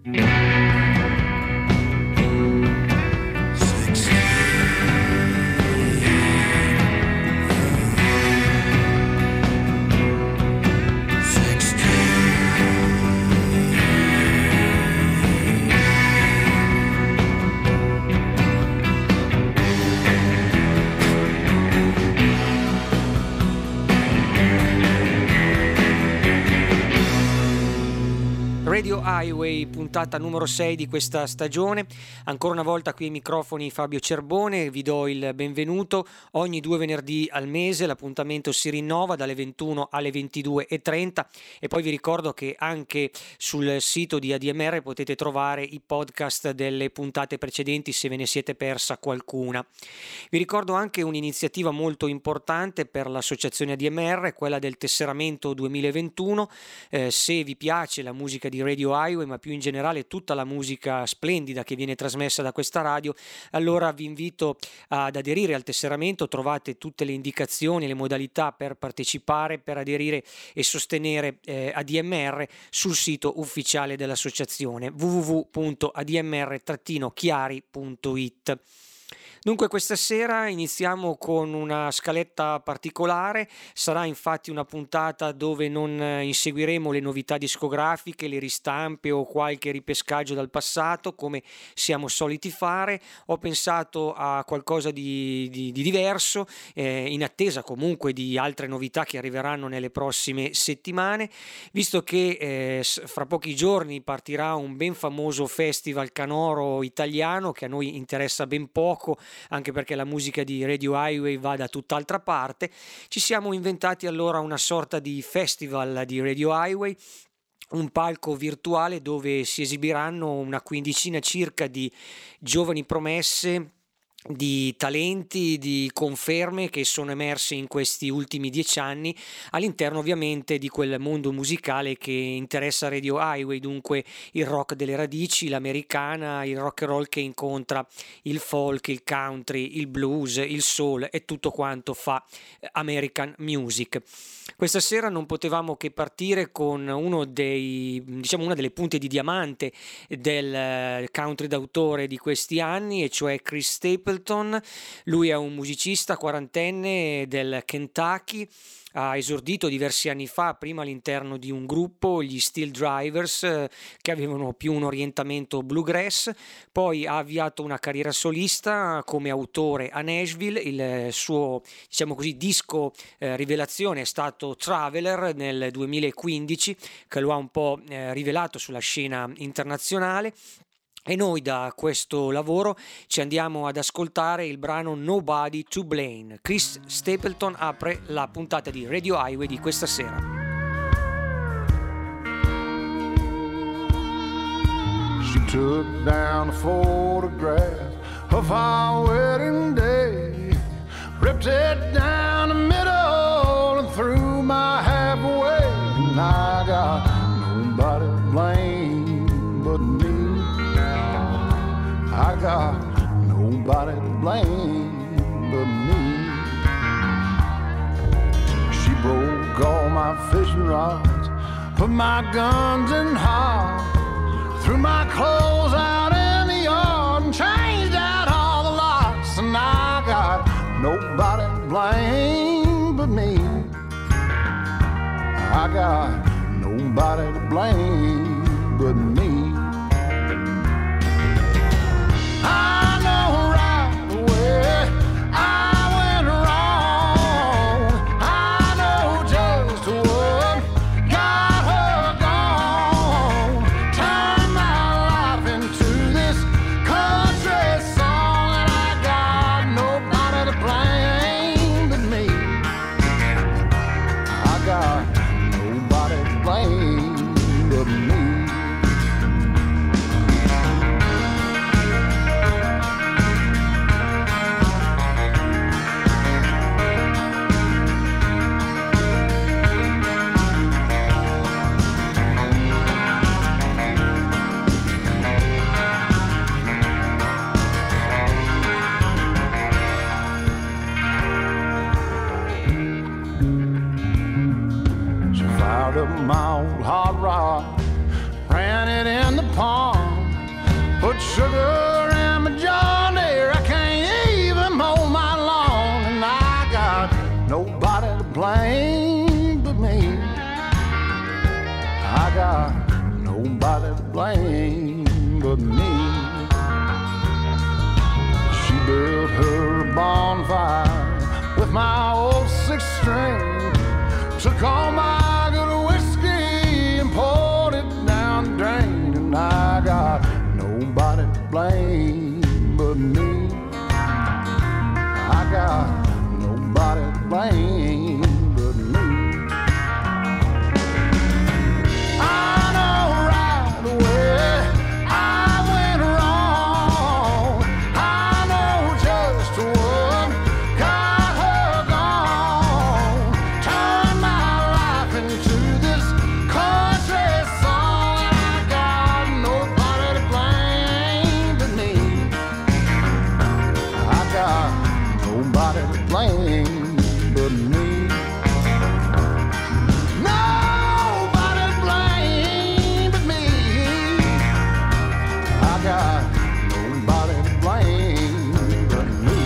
Radio Highway, puntata numero 6 di questa stagione. Ancora una volta qui ai microfoni Fabio Cerbone, vi do il benvenuto. Ogni 2 venerdì al mese l'appuntamento si rinnova dalle 21 alle 22:30 e poi vi ricordo che anche sul sito di ADMR potete trovare i podcast delle puntate precedenti se ve ne siete persa qualcuna. Vi ricordo anche un'iniziativa molto importante per l'associazione ADMR, quella del tesseramento 2021. Se vi piace la musica di Radio Highway, ma più in generale tutta la musica splendida che viene trasmessa da questa radio, allora vi invito ad aderire al tesseramento. Trovate tutte le indicazioni e le modalità per partecipare, per aderire e sostenere ADMR sul sito ufficiale dell'associazione www.admr-chiari.it. Dunque questa sera iniziamo con una scaletta particolare, sarà infatti una puntata dove non inseguiremo le novità discografiche, le ristampe o qualche ripescaggio dal passato come siamo soliti fare. Ho pensato a qualcosa di diverso, in attesa comunque di altre novità che arriveranno nelle prossime settimane, visto che fra pochi giorni partirà un ben famoso festival canoro italiano che a noi interessa ben poco, anche perché la musica di Radio Highway va da tutt'altra parte. Ci siamo inventati allora una sorta di festival di Radio Highway, un palco virtuale dove si esibiranno una quindicina circa di giovani promesse, di talenti, di conferme che sono emerse in questi ultimi 10 anni all'interno ovviamente di quel mondo musicale che interessa Radio Highway, dunque il rock delle radici, l'americana, il rock and roll che incontra il folk, il country, il blues, il soul e tutto quanto fa American music. Questa sera non potevamo che partire con una delle punte di diamante del country d'autore di questi anni, e cioè Chris Stapleton. Lui è un musicista quarantenne del Kentucky, ha esordito diversi anni fa, prima all'interno di un gruppo, gli Steel Drivers, che avevano più un orientamento bluegrass, poi ha avviato una carriera solista come autore a Nashville. Il suo, disco rivelazione è stato Traveler nel 2015, che lo ha un po' rivelato sulla scena internazionale. E noi da questo lavoro ci andiamo ad ascoltare il brano Nobody to Blame. Chris Stapleton apre la puntata di Radio Highway di questa sera. She took down a photograph of our wedding day, ripped it down the middle and threw my half away. And I got nobody to blame but me. I got nobody to blame but me. She broke all my fishing rods, put my guns in hard, threw my clothes out in the yard and changed out all the locks. And I got nobody to blame but me. I got nobody to blame but me. I know right away I went wrong. I know just what got her gone. Turned my life into this country song, and I got nobody to blame but me. I got nobody to blame but me. My old hot rod, ran it in the pond. put sugar in my John Deere. I can't even mow my lawn, and I got nobody to blame but me. I got nobody to blame but me. She built her bonfire with my old six string, took all my good whiskey and poured it down the drain, and I got nobody to blame but me. I got nobody to blame but me. I know right away I went wrong. I know just what got her gone. Turned my life into this country song. I got nobody to blame but me. I got nobody to blame but me. Nobody to blame but me. I got nobody to blame but me.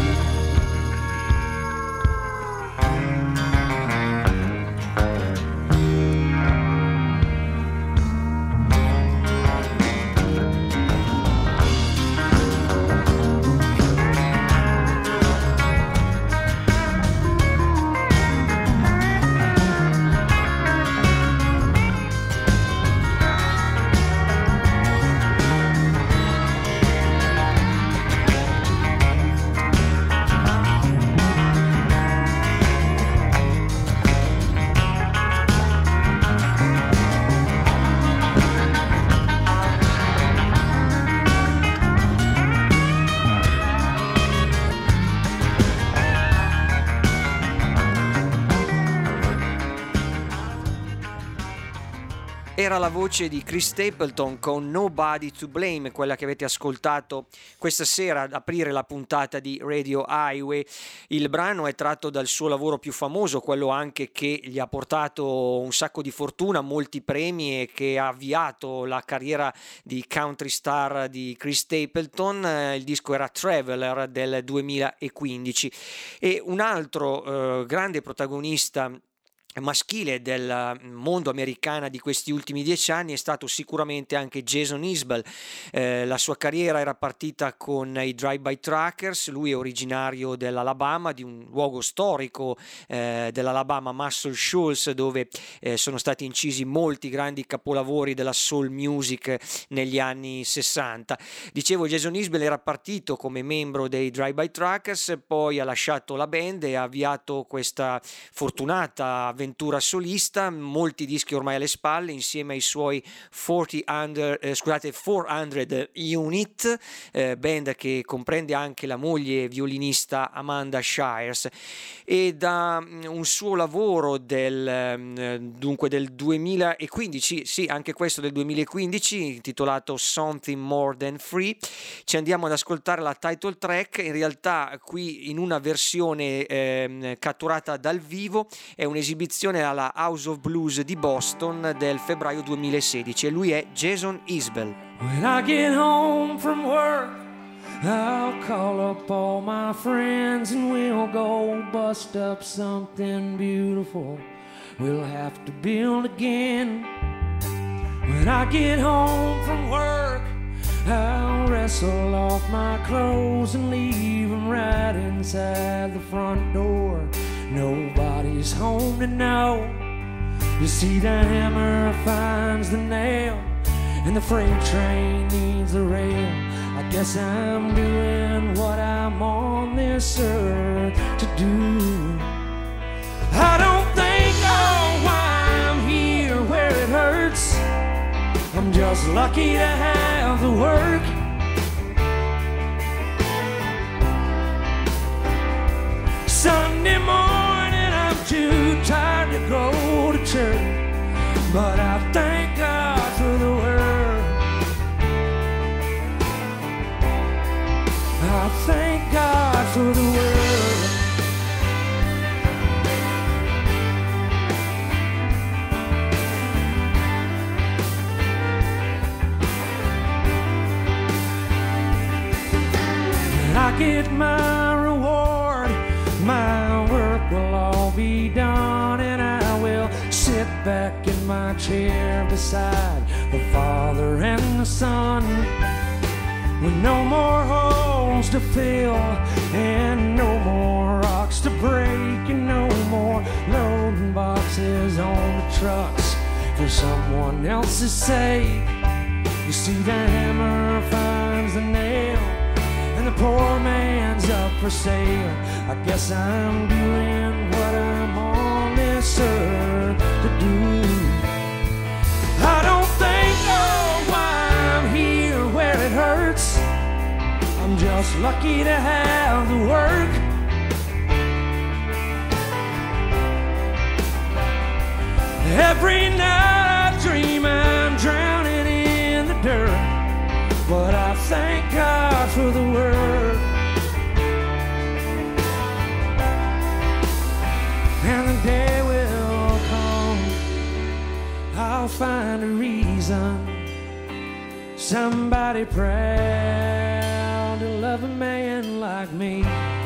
Era la voce di Chris Stapleton con Nobody to Blame, quella che avete ascoltato questa sera ad aprire la puntata di Radio Highway. Il brano è tratto dal suo lavoro più famoso, quello anche che gli ha portato un sacco di fortuna, molti premi e che ha avviato la carriera di country star di Chris Stapleton. Il disco era Traveler del 2015 e un altro grande protagonista maschile del mondo americana di questi ultimi 10 anni è stato sicuramente anche Jason Isbell. La sua carriera era partita con i Drive-By Truckers. Lui è originario dell'Alabama, di un luogo storico dell'Alabama, Muscle Shoals, dove sono stati incisi molti grandi capolavori della soul music negli anni 60. Dicevo, Jason Isbell era partito come membro dei Drive-By Truckers, poi ha lasciato la band e ha avviato questa fortunata avventura solista, molti dischi ormai alle spalle, insieme ai suoi 400 Unit, band che comprende anche la moglie violinista Amanda Shires. E da un suo lavoro del 2015, sì, anche questo del 2015, intitolato Something More Than Free, ci andiamo ad ascoltare la title track. In realtà qui in una versione catturata dal vivo, è un'esibizione alla House of Blues di Boston del febbraio 2016 e lui è Jason Isbell. When I get home from work, I'll call up all my friends and we'll go bust up something beautiful we'll have to build again. When I get home from work, I'll wrestle off my clothes and leave them right inside the front door. Nobody's home to know. You see, the hammer finds the nail and the freight train needs the rail. I guess I'm doing what I'm on this earth to do. I don't think, oh, why I'm here where it hurts. I'm just lucky to have the work. Sunday morning I'm too tired to go to church, but I thank God for the word. I thank God for the word. get my reward. My work will all be done, and I will sit back in my chair beside the Father and the Son, with no more holes to fill and no more rocks to break and no more loading boxes on the trucks for someone else's sake. You see, the hammer finds the nail and the poor man's up for sale. I guess I'm doing what I'm on this earth to do. I don't think, oh, why I'm here where it hurts. I'm just lucky to have the work. Every night I dream I'm drowning in the dirt, but I thank God for the work. And the day will come, I'll find a reason, somebody proud to love a man like me.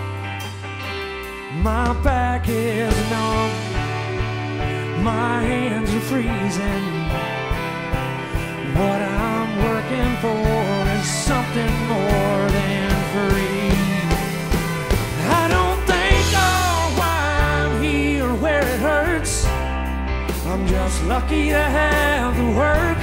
My back is numb, my hands are freezing. What I'm working for is something more than free. I don't think, oh, why I'm here where it hurts. I'm just lucky to have the work.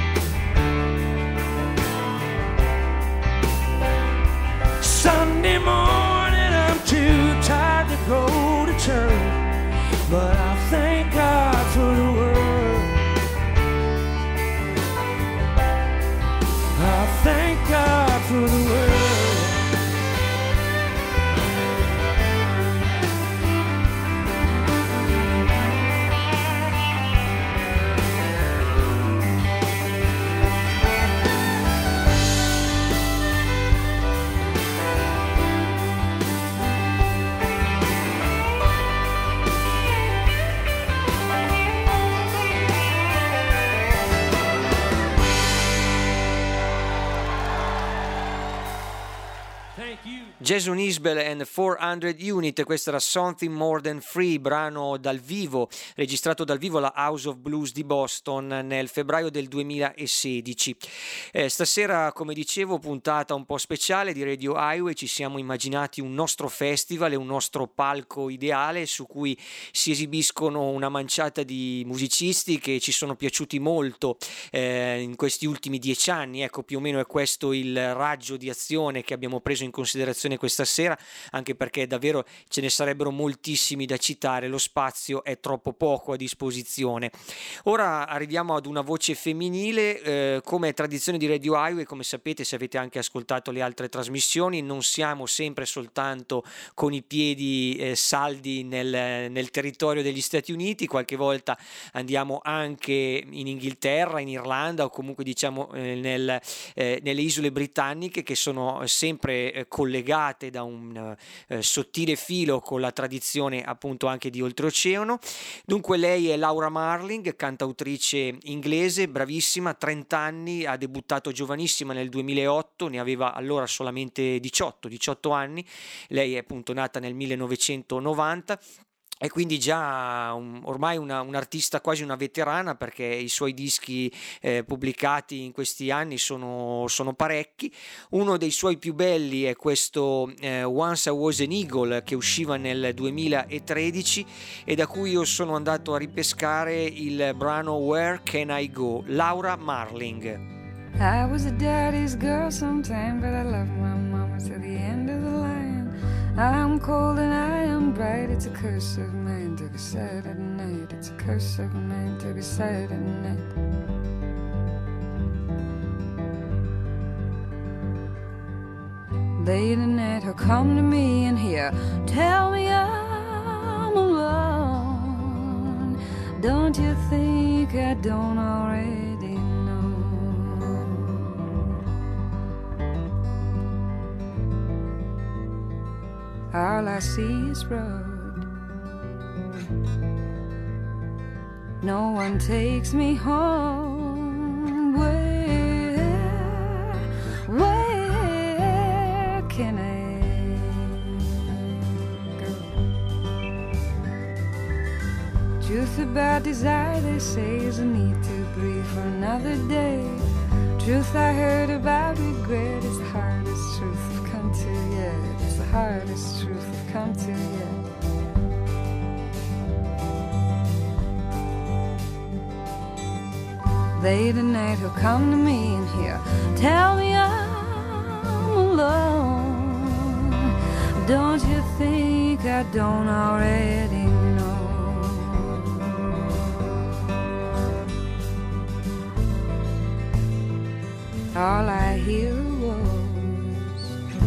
Sunday morning I'm too tired to go to church, but I thank God for the work. I thank God for the work. Jason Isbell and 400 Unit, questo era Something More Than Free, brano dal vivo, registrato dal vivo alla House of Blues di Boston nel febbraio del 2016. Stasera, come dicevo, puntata un po' speciale di Radio Highway. Ci siamo immaginati un nostro festival e un nostro palco ideale su cui si esibiscono una manciata di musicisti che ci sono piaciuti molto in questi ultimi 10 anni. Ecco, più o meno è questo il raggio di azione che abbiamo preso in considerazione questa sera, anche perché davvero ce ne sarebbero moltissimi da citare, lo spazio è troppo poco a disposizione. Ora arriviamo ad una voce femminile, come è tradizione di Radio Highway. Come sapete, se avete anche ascoltato le altre trasmissioni, non siamo sempre soltanto con i piedi saldi nel territorio degli Stati Uniti, qualche volta andiamo anche in Inghilterra, in Irlanda o comunque diciamo nelle isole britanniche, che sono sempre collegate da un sottile filo con la tradizione appunto anche di oltreoceano. Dunque lei è Laura Marling, cantautrice inglese, bravissima, 30 anni, ha debuttato giovanissima nel 2008, ne aveva allora solamente 18 anni. Lei è appunto nata nel 1990 e quindi già ormai un'artista, quasi una veterana, perché i suoi dischi pubblicati in questi anni sono parecchi. Uno dei suoi più belli è questo Once I Was an Eagle, che usciva nel 2013 e da cui io sono andato a ripescare il brano Where Can I Go, Laura Marling. I was a daddy's girl sometime, but I loved my mama to the end of the line. I'm cold and I am bright, it's a curse of mine to be sad at night. It's a curse of mine to be sad at night. Late at night he'll come to me and he'll tell me I'm alone. Don't you think I don't already know? All I see is road. No one takes me home. Where can I about desire, they say, is a need to breathe for another day. Truth I heard about regret is the hardest truth I've come to yet. It's the hardest truth I've come to yet. Late at night he'll come to me and he'll tell me I'm alone. Don't you think I don't already know? All I hear was,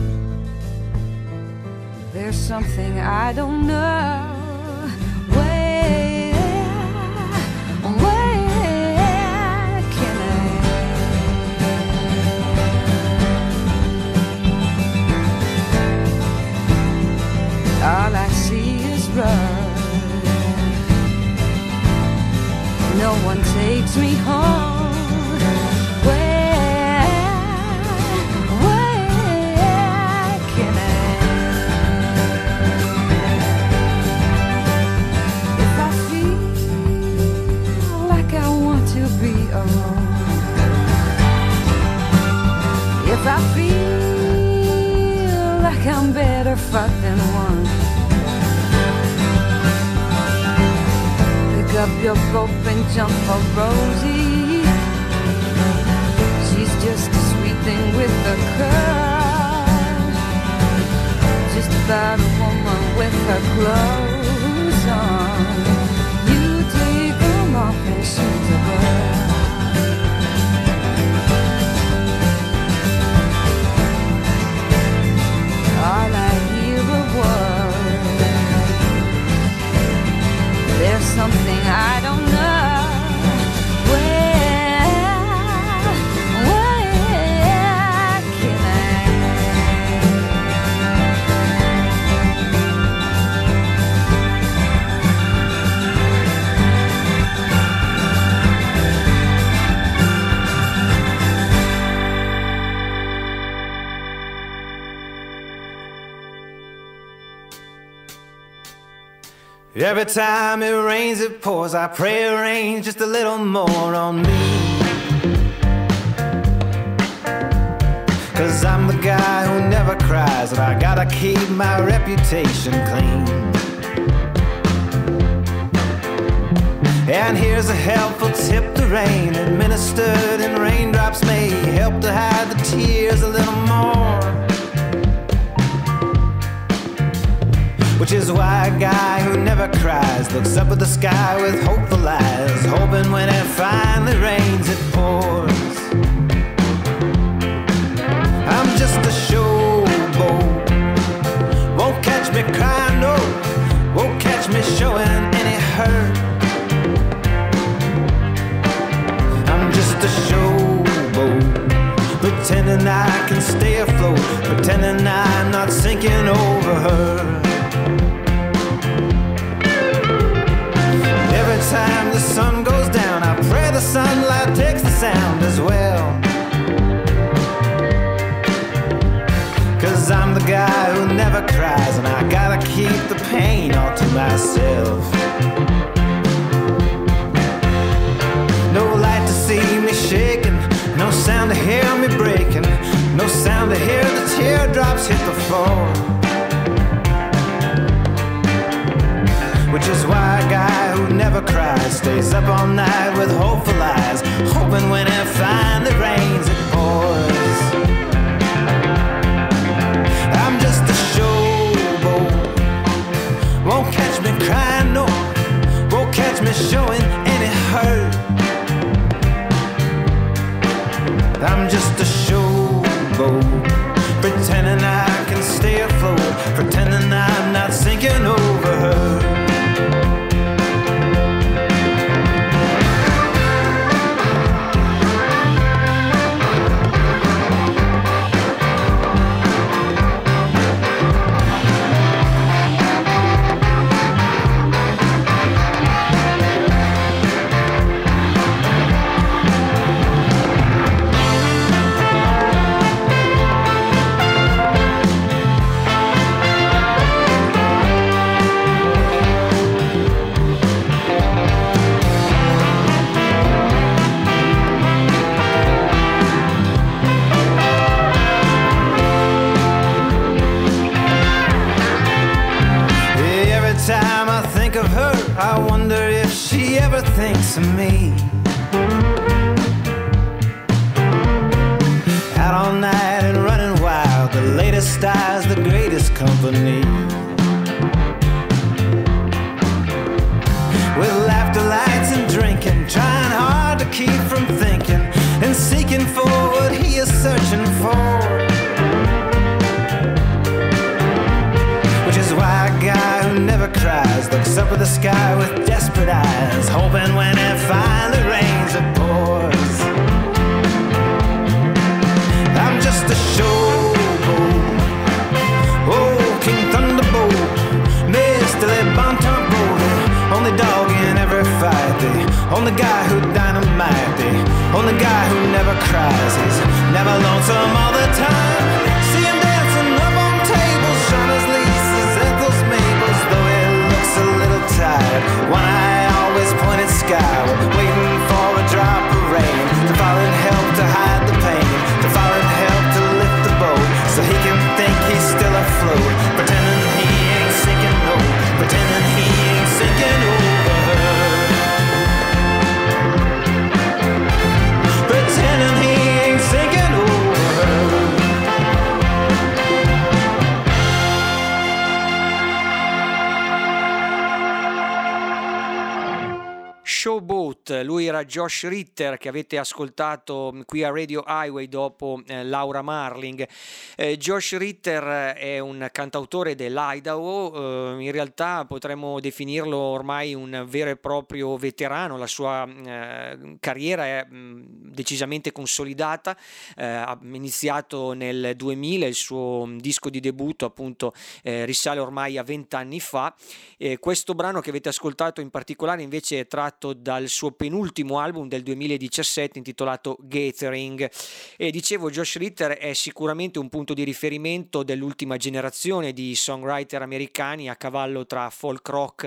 there's something I don't know. All I see is blood. No one takes me home. Where can I? If I feel like I want to be alone, if I feel like I'm better fucked than one, pick up your rope and jump for Rosie. She's just a sweet thing with a curve, just about a woman with her clothes on. You take them off and she's a girl. All I hear are words. There's something I don't know. Where can I? Every time it rains, it pours. I pray it rains just a little more on me. 'Cause I'm the guy who never cries, and I gotta keep my reputation clean. And here's a helpful tip to rain, administered in raindrops may help to hide the tears a little more. Which is why a guy who never cries looks up at the sky with hopeful eyes, hoping when it finally rains it pours. I'm just a showboat, won't catch me crying, no, won't catch me showing any hurt. I'm just a showboat, pretending I can stay afloat, pretending I'm not sinking over her. Every time the sun goes down, I pray the sunlight takes the sound as well. 'Cause I'm the guy who never cries, and I gotta keep the pain all to myself. No light to see me shaking, no sound to hear me breaking, no sound to hear the teardrops hit the floor. Which is why a guy who never cries stays up all night with hopeful eyes, hoping when it finally rains it pours. I'm just a showboat, won't catch me crying, no, won't catch me showing any hurt. I'm just a showboat, pretending I can stay afloat, pretending I'm not sinking over her. to me. Out all night and running wild, the latest style's the greatest company. With laughter, lights and drinking, trying hard to keep from thinking and seeking for what he is searching for. Which is why a guy who never cries looks up at the sky with desperate eyes, hoping when it finally rains it pours. I'm just a showboat, oh, King Thunderbolt, Mr. Le Bon Temps Roller, only dog in every fight, the only guy who dynamite, the only guy who never cries, he's never lonesome all the time. See him dancing up on tables, Shauna's leases, Ethel's Mabels, though he looks a little tired. One eye always pointed skyward, waiting for a drop of rain, to fall and help to hide the pain, to fall and help to lift the boat, so he can think he's still afloat, pretending he ain't sinking low, pretending he ain't sinking over, pretending he ain't sinking over. Showboat, lui era Josh Ritter, che avete ascoltato qui a Radio Highway dopo Laura Marling. Josh Ritter è un cantautore dell'Idaho, in realtà potremmo definirlo ormai un vero e proprio veterano, la sua carriera è decisamente consolidata, ha iniziato nel 2000, il suo disco di debutto appunto risale ormai a 20 anni fa. Questo brano che avete ascoltato in particolare invece è tratto dal suo penultimo album del 2017 intitolato Gathering, e dicevo, Josh Ritter è sicuramente un punto di riferimento dell'ultima generazione di songwriter americani a cavallo tra folk rock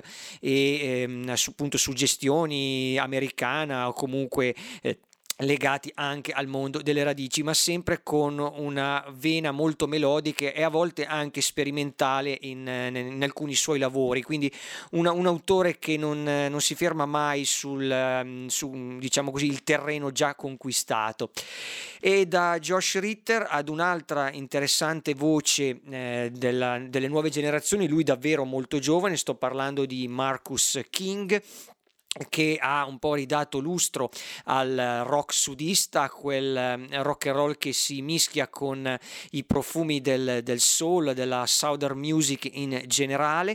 e appunto suggestioni americana o comunque legati anche al mondo delle radici, ma sempre con una vena molto melodica e a volte anche sperimentale in alcuni suoi lavori, quindi un autore che non si ferma mai su diciamo così il terreno già conquistato. E da Josh Ritter ad un'altra interessante voce delle nuove generazioni, lui davvero molto giovane, sto parlando di Marcus King, che ha un po' ridato lustro al rock sudista, a quel rock and roll che si mischia con i profumi del soul, della southern music in generale.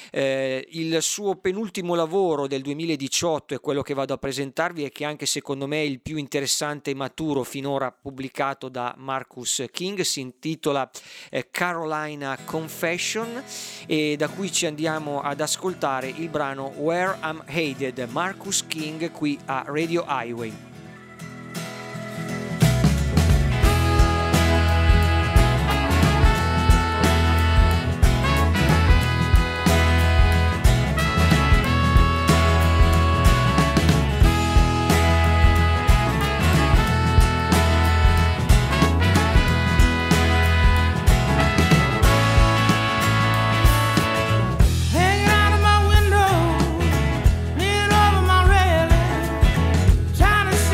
Il suo penultimo lavoro del 2018 è quello che vado a presentarvi e che anche secondo me è il più interessante e maturo finora pubblicato da Marcus King, si intitola Carolina Confession, e da cui ci andiamo ad ascoltare il brano Where I'm Headed, Marcus King qui a Radio Highway. Trying to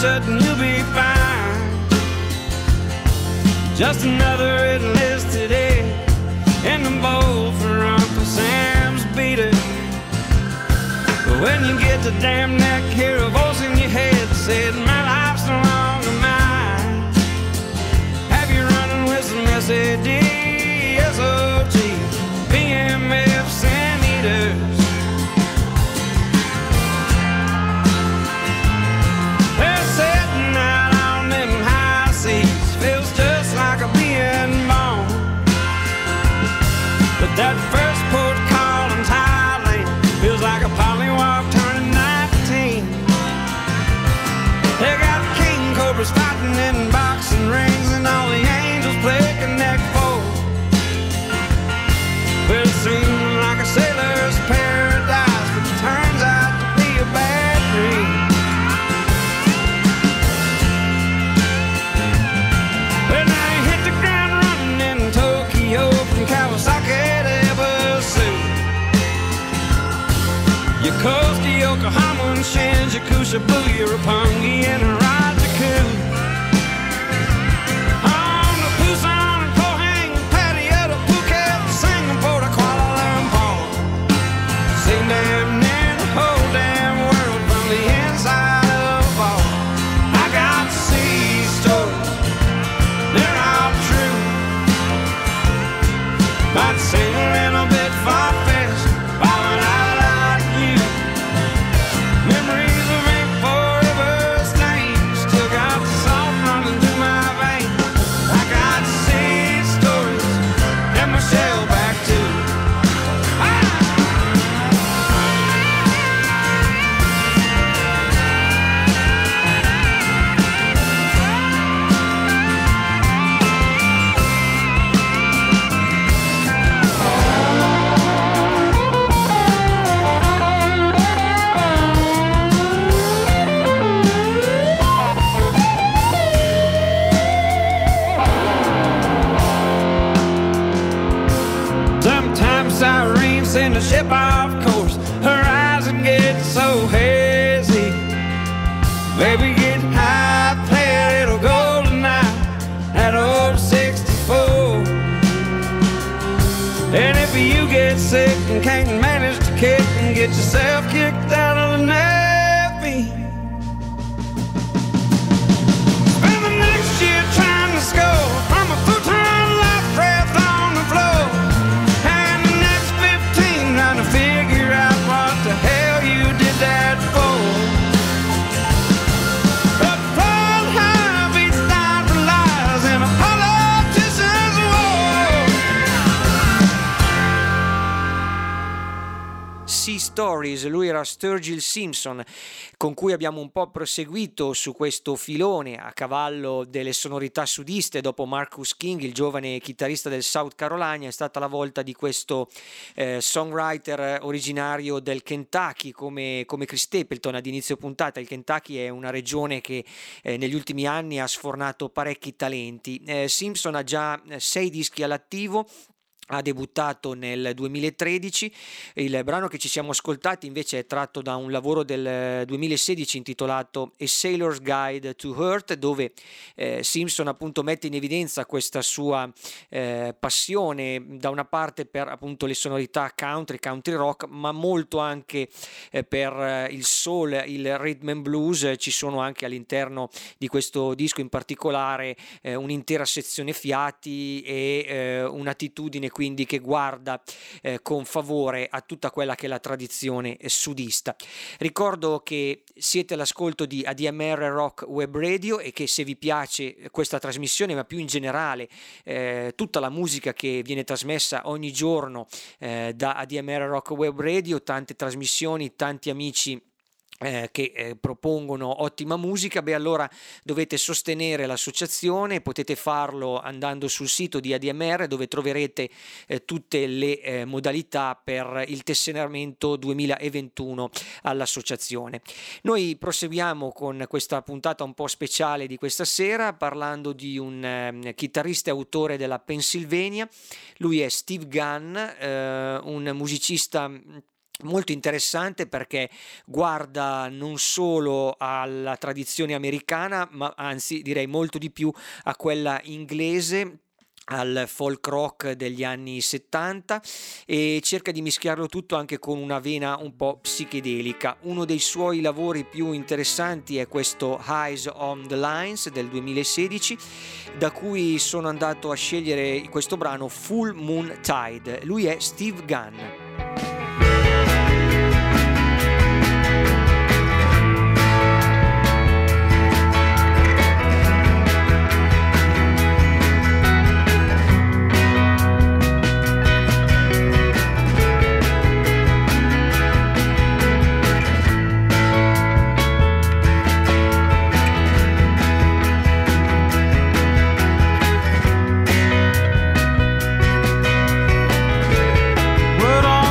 shut and you'll be fine. Just another enlisted egg in the bowl for Uncle Sam's beater. But when you get the damn neck, hear a voice in your head said, my life's no longer mine. Have you running with some SAD, SOG, BMFs and eaters? They're sitting out on them high seas, feels just like a being born. But that first port call in Thailand feels like a polywalk turning 19. They got king cobras fighting in boxing rings, and all the angels play Connect Four. Well, it seemed like a sailor's paradise, but it turns out to be a bad dream. Well, now you hit the ground running in Tokyo from Kawasaki to Ibusu. You coast to Yokohama and Shinjuku, Shibuya, Roppongi, and Harajuku. On the Busan and Pohang patio to Phuket, Singapore to Kuala Lumpur. Seen damn near the whole damn world from the inside of a ball. I got to see stories, they're all true. Might seem a little bit far-fetched, falling out like you. Memories of ink forever stains, still got the salt running through my veins. I got to see stories and Michelle back too. Sometimes Irene send a ship off course, her eyes would get so hazy. Baby, get high, play a little golden eye, that old 64. And if you get sick and can't manage to kick and get yourself kicked out of the Navy, spend the next year trying to score from a futon life raft on the floor, and the next 15 trying to figure out what the hell you did that for. But flying high beats down for lies in a politician's war. Sea Stories, lui era Sturgill Simpson, con cui abbiamo un po' proseguito su questo filone a cavallo delle sonorità sudiste. Dopo Marcus King, il giovane chitarrista del South Carolina, è stata la volta di questo songwriter originario del Kentucky, come Chris Stapleton ad inizio puntata. Il Kentucky è una regione che negli ultimi anni ha sfornato parecchi talenti. Simpson ha già 6 dischi all'attivo. Ha debuttato nel 2013, il brano che ci siamo ascoltati invece è tratto da un lavoro del 2016 intitolato A Sailor's Guide to Hurt, dove Simpson appunto mette in evidenza questa sua passione da una parte per appunto le sonorità country rock, ma molto anche per il soul, il rhythm and blues. Ci sono anche all'interno di questo disco in particolare un'intera sezione fiati e un'attitudine quindi che guarda con favore a tutta quella che è la tradizione sudista. Ricordo che siete all'ascolto di ADMR Rock Web Radio e che se vi piace questa trasmissione, ma più in generale tutta la musica che viene trasmessa ogni giorno da ADMR Rock Web Radio, tante trasmissioni, tanti amici che propongono ottima musica, allora dovete sostenere l'associazione. Potete farlo andando sul sito di ADMR, dove troverete tutte le modalità per il tesseramento 2021 all'associazione. Noi proseguiamo con questa puntata un po' speciale di questa sera parlando di un chitarrista e autore della Pennsylvania. Lui è Steve Gunn, un musicista molto interessante perché guarda non solo alla tradizione americana, ma anzi direi molto di più a quella inglese, al folk rock degli anni 70, e cerca di mischiarlo tutto anche con una vena un po' psichedelica. Uno dei suoi lavori più interessanti è questo Eyes on the Lines del 2016, da cui sono andato a scegliere questo brano Full Moon Tide. Lui è Steve Gunn. But all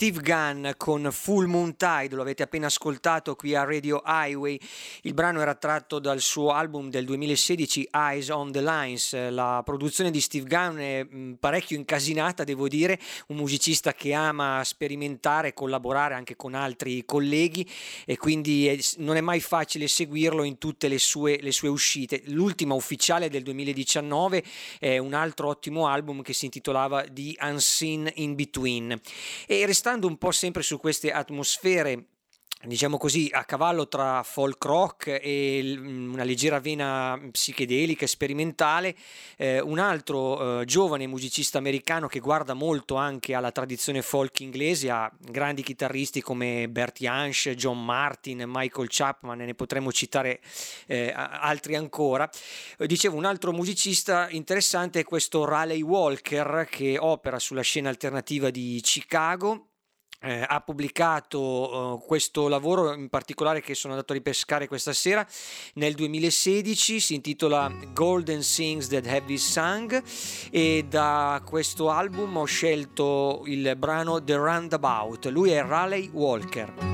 Steve Gunn con Full Moon Tide, lo avete appena ascoltato qui a Radio Highway. Il brano era tratto dal suo album del 2016 Eyes on the Lines. La produzione di Steve Gunn è parecchio incasinata, devo dire, un musicista che ama sperimentare, collaborare anche con altri colleghi, e quindi non è mai facile seguirlo in tutte le sue uscite. L'ultima ufficiale del 2019 è un altro ottimo album che si intitolava The Unseen in Between. E restando un po' sempre su queste atmosfere, diciamo così, a cavallo tra folk rock e una leggera vena psichedelica e sperimentale, un altro giovane musicista americano che guarda molto anche alla tradizione folk inglese, a grandi chitarristi come Bert Jansch, John Martin, Michael Chapman, e ne potremmo citare altri ancora. Dicevo, un altro musicista interessante è questo Raleigh Walker, che opera sulla scena alternativa di Chicago. Ha pubblicato questo lavoro in particolare che sono andato a ripescare questa sera nel 2016, si intitola Golden Things That Have Been Sung, e da questo album ho scelto il brano The Roundabout. Lui è Raleigh Walker.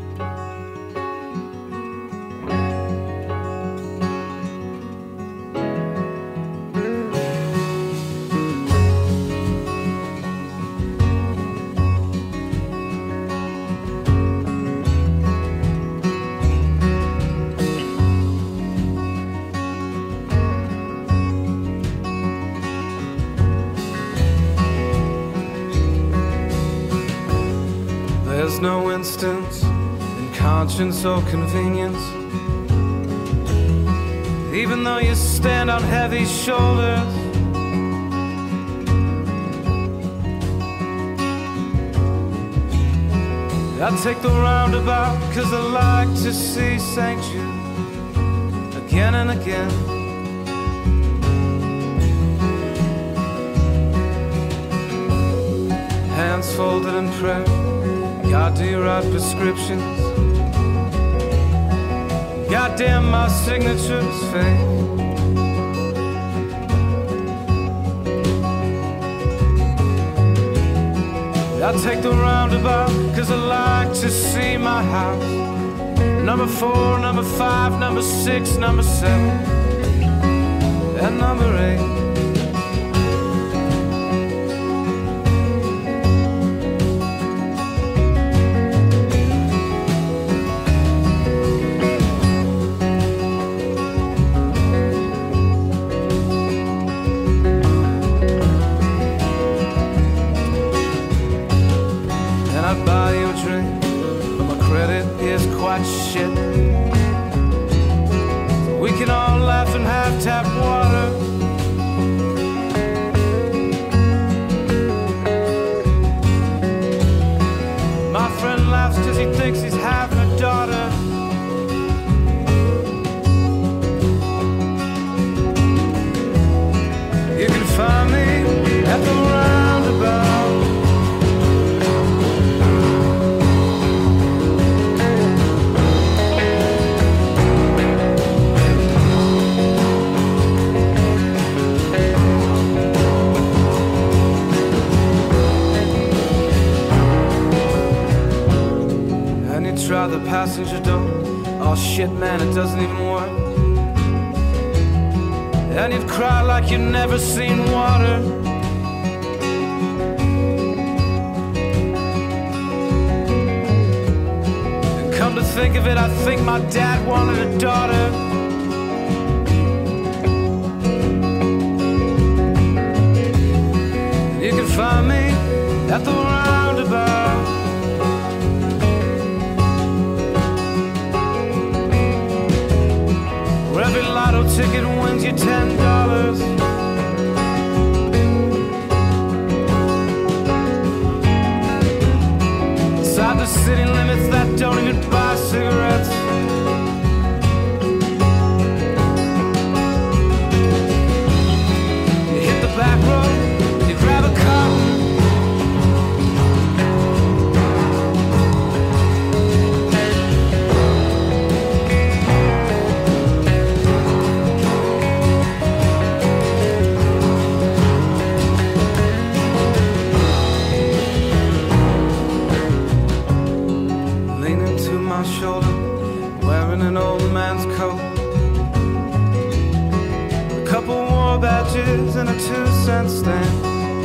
There's no instance in conscience or convenience, even though you stand on heavy shoulders. I take the roundabout 'cause I like to see St. Jude again and again. Hands folded in prayer, God, do you write prescriptions? Goddamn, my signature's fake. I take the roundabout 'cause I like to see my house. Number 4, number 5, number 6, number 7, and number 8. Shit. We can all laugh and have tap water. My friend laughs 'cause he thinks he's having a daughter. You can find me at the roundabout. Try the passenger door. Oh shit, man, it doesn't even work. And you've cried like you've never seen water. And come to think of it, I think my dad wanted a daughter. And you can find me at the roundabout. Every lotto ticket wins you $10. Inside the city limits that don't even buy cigarettes. You hit the back road, you grab a car. my shoulder, wearing an old man's coat, a couple war badges and a 2-cent stamp.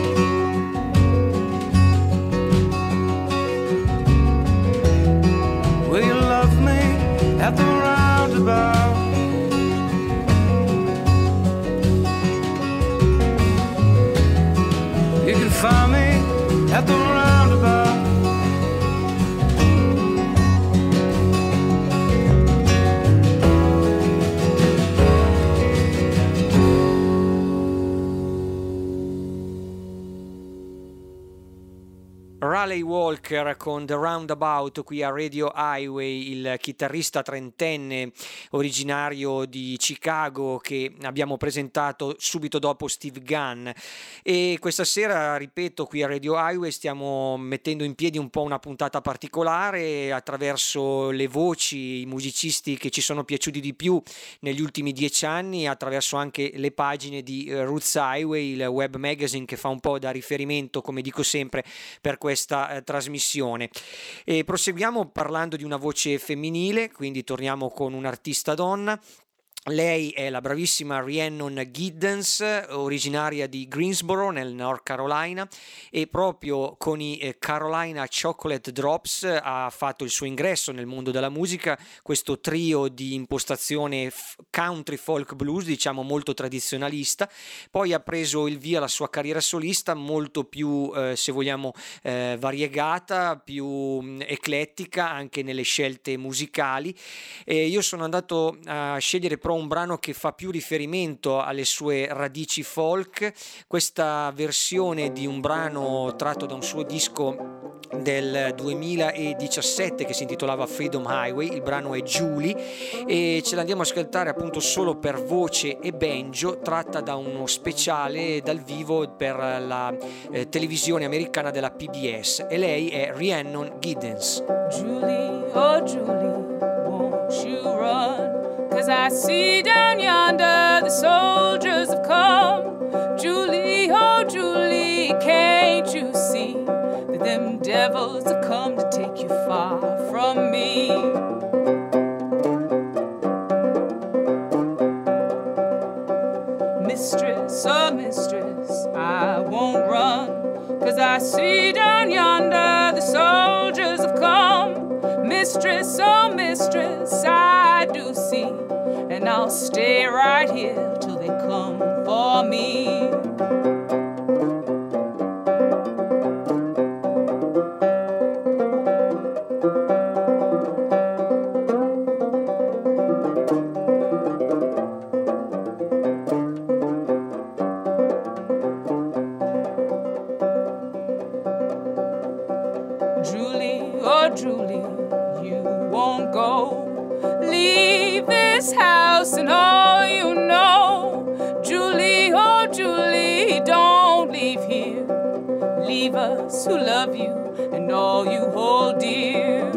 Will you love me at the roundabout? You can find me at the roundabout. Raleigh Walker con The Roundabout qui a Radio Highway, il chitarrista trentenne originario di Chicago che abbiamo presentato subito dopo Steve Gunn. E questa sera, ripeto, qui a Radio Highway stiamo mettendo in piedi un po' una puntata particolare attraverso le voci, i musicisti che ci sono piaciuti di più negli ultimi 10 anni, attraverso anche le pagine di Roots Highway, il web magazine che fa un po' da riferimento, come dico sempre, per questa trasmissione. E proseguiamo parlando di una voce femminile, quindi torniamo con un'artista donna. Lei è la bravissima Rhiannon Giddens, originaria di Greensboro nel North Carolina, e proprio con i Carolina Chocolate Drops ha fatto il suo ingresso nel mondo della musica, questo trio di impostazione country folk blues, diciamo molto tradizionalista. Poi ha preso il via la sua carriera solista, molto più se vogliamo variegata, più eclettica anche nelle scelte musicali. Io sono andato a scegliere un brano che fa più riferimento alle sue radici folk, questa versione di un brano tratto da un suo disco del 2017 che si intitolava Freedom Highway. Il brano è Julie e ce l'andiamo a ascoltare appunto solo per voce e banjo, tratta da uno speciale dal vivo per la televisione americana della PBS, e lei è Rhiannon Giddens. Julie, oh Julie, won't you run? 'Cause I see down yonder the soldiers have come. Julie, oh Julie, can't you see that them devils have come to take you far from me? Mistress, oh mistress, I won't run, 'cause I see down yonder the soldiers have come. Mistress, oh mistress, I do see, and I'll stay right here till they come for me. Julie, oh Julie, you won't go. Leave this house and all you know. Julie, oh Julie, don't leave here. Leave us who love you and all you hold dear.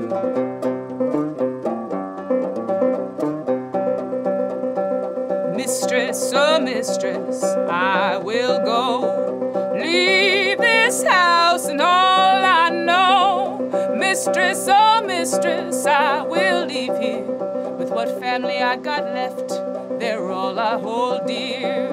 Mistress, oh mistress, I will go. Leave this house and all I know. Mistress, oh mistress, I will leave here. With what family I got left, they're all I hold dear.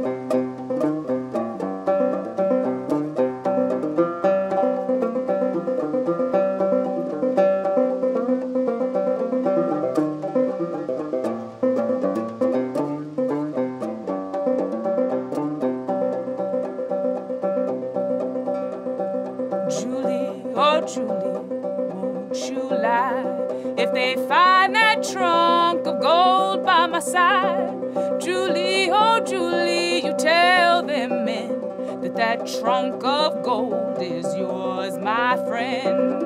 Julie, oh Julie, won't you lie? If they find that trunk of gold by my side, Julie, oh Julie, you tell them men that that trunk of gold is yours, my friend.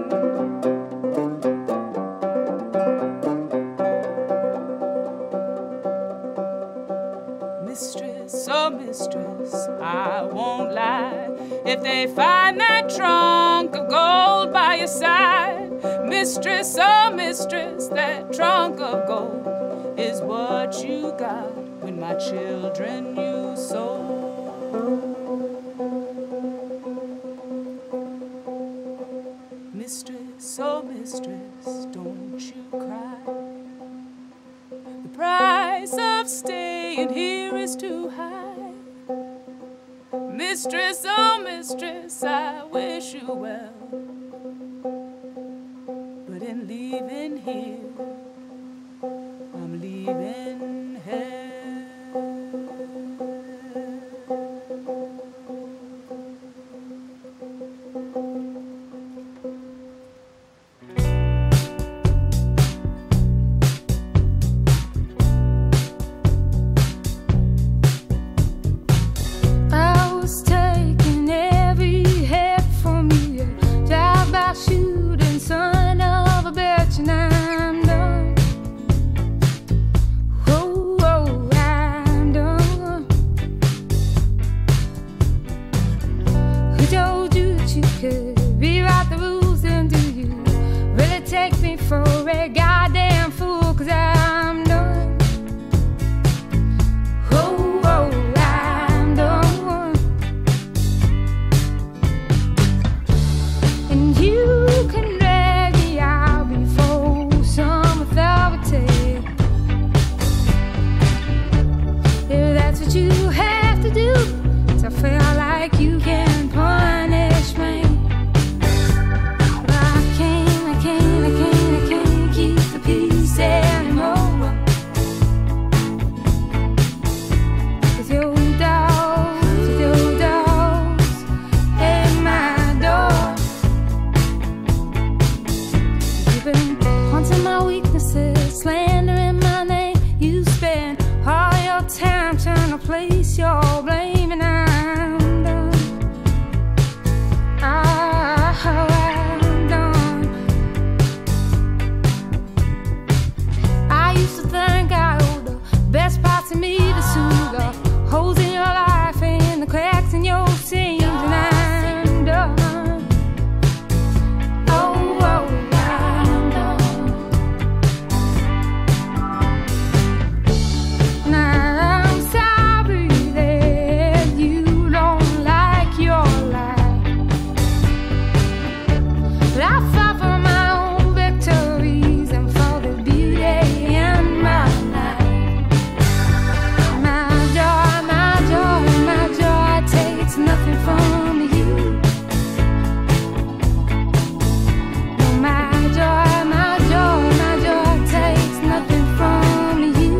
Mistress, oh mistress, I won't lie. If they find that trunk of gold by your side, mistress, oh mistress, that trunk of gold is what you got when my children you sold. Mistress, oh mistress, don't you of staying here is too high. Mistress, oh mistress, I wish you well. But in leaving here, I'm leaving hell. Shooting son of a bitch, and I'm done. Oh, oh, I'm done. Who told you that you could rewrite the rules, and do you really take me for a goddamn fool? 'Cause I'm done. Oh, oh, I'm done. And you can drag me out before some authority. If that's what you have to do to feel like you can punish me. But I can't keep the peace anymore. 'Cause your dogs at my door. You've been haunting my weaknesses, slandering my name. You spend all your time trying to place your blame, and I'm done. I'm done. I used to think I owed the best parts of me to soothe the holes in your life and the cracks in your seams, and I'm done. Oh, oh, I'm done. Now I'm sorry that you don't like your life, but I fought for my own victories and for the beauty in my life. My joy takes nothing from you. No, my joy takes nothing from you.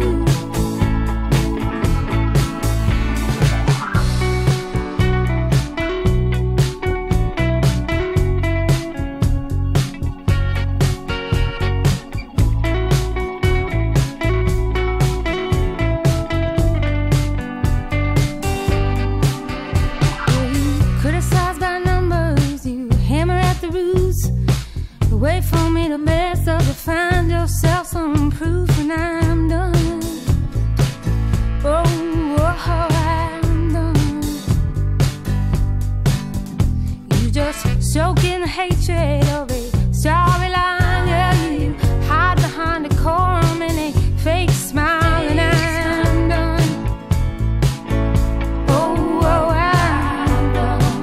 You criticize by numbers, you hammer at the roots. You wait for me to mess up to find yourself some proof, and I'm done. Oh, I'm done. You just soak in the hatred of a storyline. Yeah, you hide behind decorum and a fake smile, and I'm done. Oh, I'm done.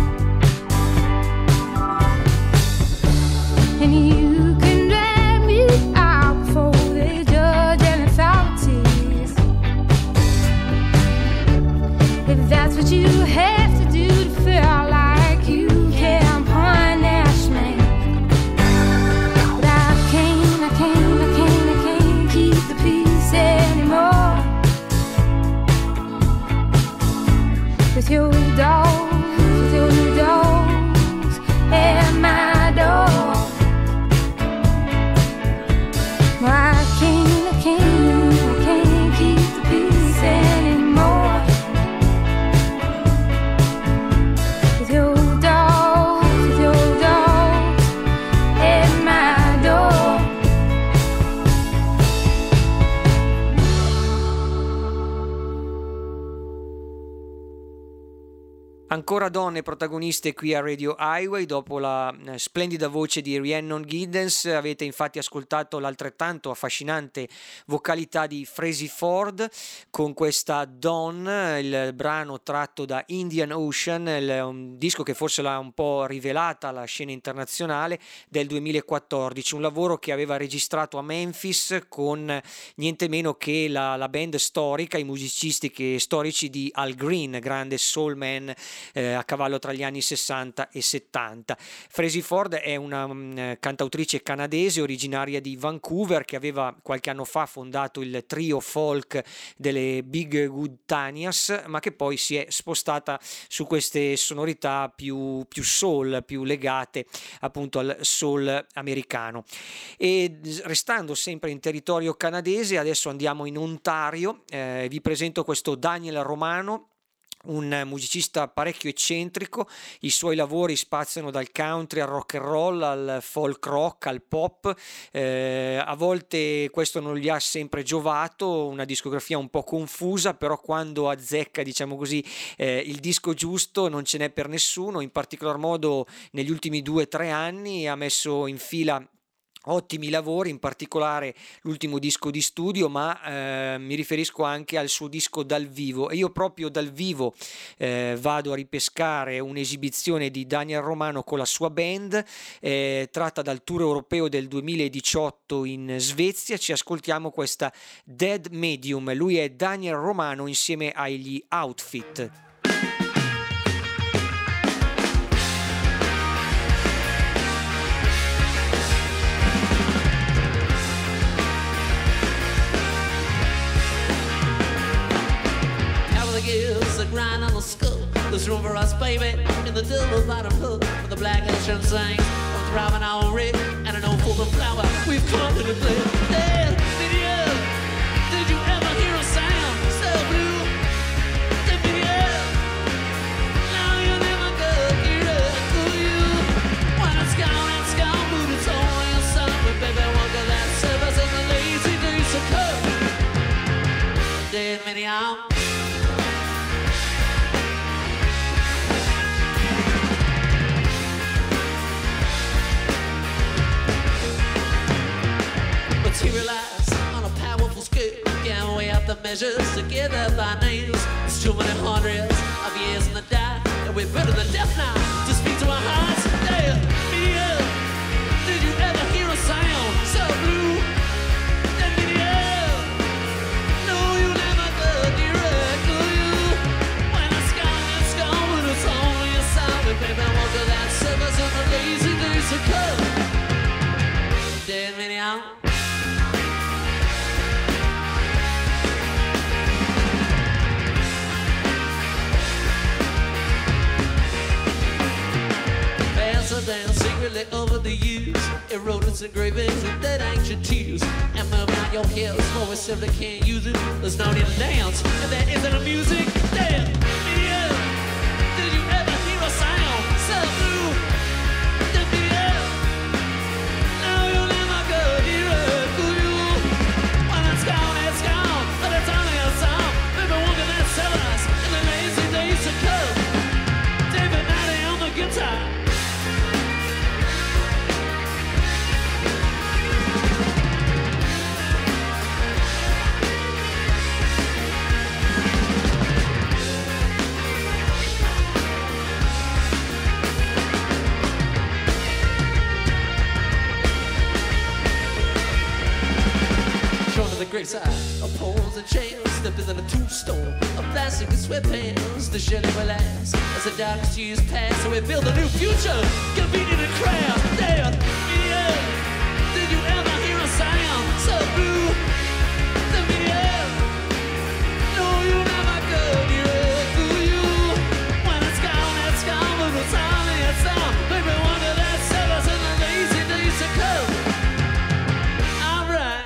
And you can drag me out before the judge and authorities. If that's what you have to do to feel like you can punish me. Ancora donne protagoniste qui a Radio Highway dopo la splendida voce di Rhiannon Giddens. Avete infatti ascoltato l'altrettanto affascinante vocalità di Frazey Ford con questa Dawn, il brano tratto da Indian Ocean, un disco che forse l'ha un po' rivelata alla scena internazionale, del 2014, un lavoro che aveva registrato a Memphis con niente meno che la band storica, i musicisti storici di Al Green, grande soul man a cavallo tra gli anni 60 e 70. Frazey Ford è una cantautrice canadese originaria di Vancouver che aveva qualche anno fa fondato il trio folk delle Big Good Tanias, ma che poi si è spostata su queste sonorità più soul, più legate appunto al soul americano. E restando sempre in territorio canadese, adesso andiamo in Ontario. Vi presento questo Daniel Romano, un musicista parecchio eccentrico. I suoi lavori spaziano dal country al rock and roll, al folk rock, al pop. A volte questo non gli ha sempre giovato, una discografia un po' confusa, però quando azzecca, diciamo così, il disco giusto non ce n'è per nessuno. In particolar modo negli ultimi 2-3 anni ha messo in fila ottimi lavori, in particolare l'ultimo disco di studio, ma mi riferisco anche al suo disco dal vivo, e io proprio dal vivo vado a ripescare un'esibizione di Daniel Romano con la sua band, tratta dal tour europeo del 2018 in Svezia. Ci ascoltiamo questa Dead Medium. Lui è Daniel Romano insieme agli Outfit. The grind on the skull. There's room for us, baby, in the double bottom hook with the black ocean sings. I'm driving on rig and an old full flower. We've come to the play. Dead video. Did you ever hear a sound so blue? Dead video. Now you never go get it to you. When it's gone, but it's only a song. But baby, walk of that service in the lazy days to come. Dead video. Materialize on a powerful scale, can't weigh up the measures together by names. It's too many hundreds of years in the die, and we're better than death now to speak to our hearts. There, yeah. Did you ever hear a sound so blue? That video. No, you never go direct to you. When it's gone, but it's only a sound. We baby walk to that service in the lazy days to come. Dead video. Down secretly over the years, eroding engravings with dead ancient tears, and moving out your hips, for we simply can't use it. There's no need to dance if there isn't a music. Damn, yeah. Did you ever hear a sound so blue? The video. Now you'll never go direct to you. When it's gone, but it's only a song. Maybe one can that sell us in the lazy days to come. David Natty on the guitar. Great side of poles and chains, slipped in a tombstone of plastic and sweatpants. The shelly will last as the darkest years pass, so we build a new future, convenient and craft. There, yeah. Did you ever hear a sound so blue? The video. No, you never go direct to you. When it's gone, but it's only a sound. Maybe one of that service in the lazy days to come. Alright.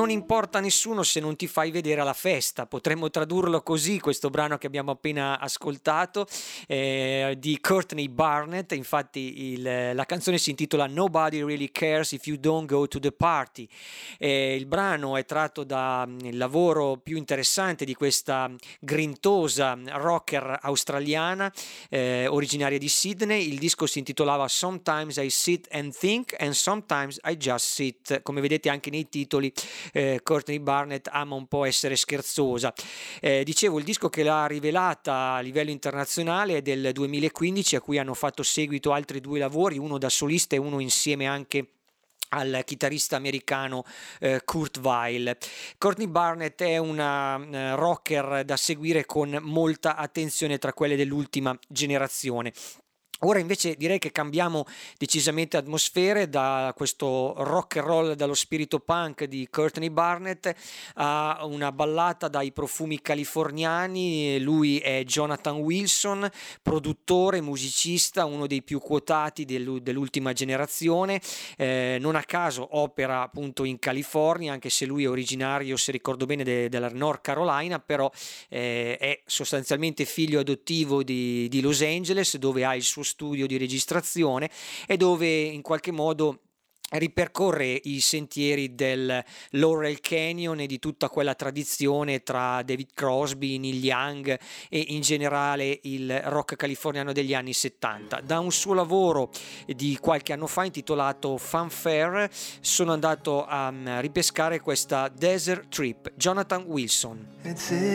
non importa a nessuno se non ti fai vedere alla festa. Potremmo tradurlo così questo brano che abbiamo appena ascoltato, di Courtney Barnett. Infatti la canzone si intitola Nobody Really Cares If You Don't Go to the Party. Il brano è tratto dal lavoro più interessante di questa grintosa rocker australiana, originaria di Sydney. Il disco si intitolava Sometimes I Sit and Think and Sometimes I Just Sit. Come vedete anche nei titoli, Courtney Barnett ama un po' essere scherzosa. Dicevo, il disco che l'ha rivelata a livello internazionale è del 2015, a cui hanno fatto seguito altri 2 lavori, uno da solista e uno insieme anche al chitarrista americano Kurt Weill. Courtney Barnett è una rocker da seguire con molta attenzione, tra quelle dell'ultima generazione. Ora invece direi che cambiamo decisamente atmosfere, da questo rock and roll dallo spirito punk di Courtney Barnett a una ballata dai profumi californiani. Lui è Jonathan Wilson, produttore, musicista, uno dei più quotati dell'ultima generazione. Non a caso opera appunto in California, anche se lui è originario, se ricordo bene, della North Carolina, però è sostanzialmente figlio adottivo di Los Angeles, dove ha il suo studio di registrazione e dove in qualche modo ripercorre i sentieri del Laurel Canyon e di tutta quella tradizione tra David Crosby, Neil Young e in generale il rock californiano degli anni 70. Da un suo lavoro di qualche anno fa intitolato Fanfare sono andato a ripescare questa Desert Trip, Jonathan Wilson. It's a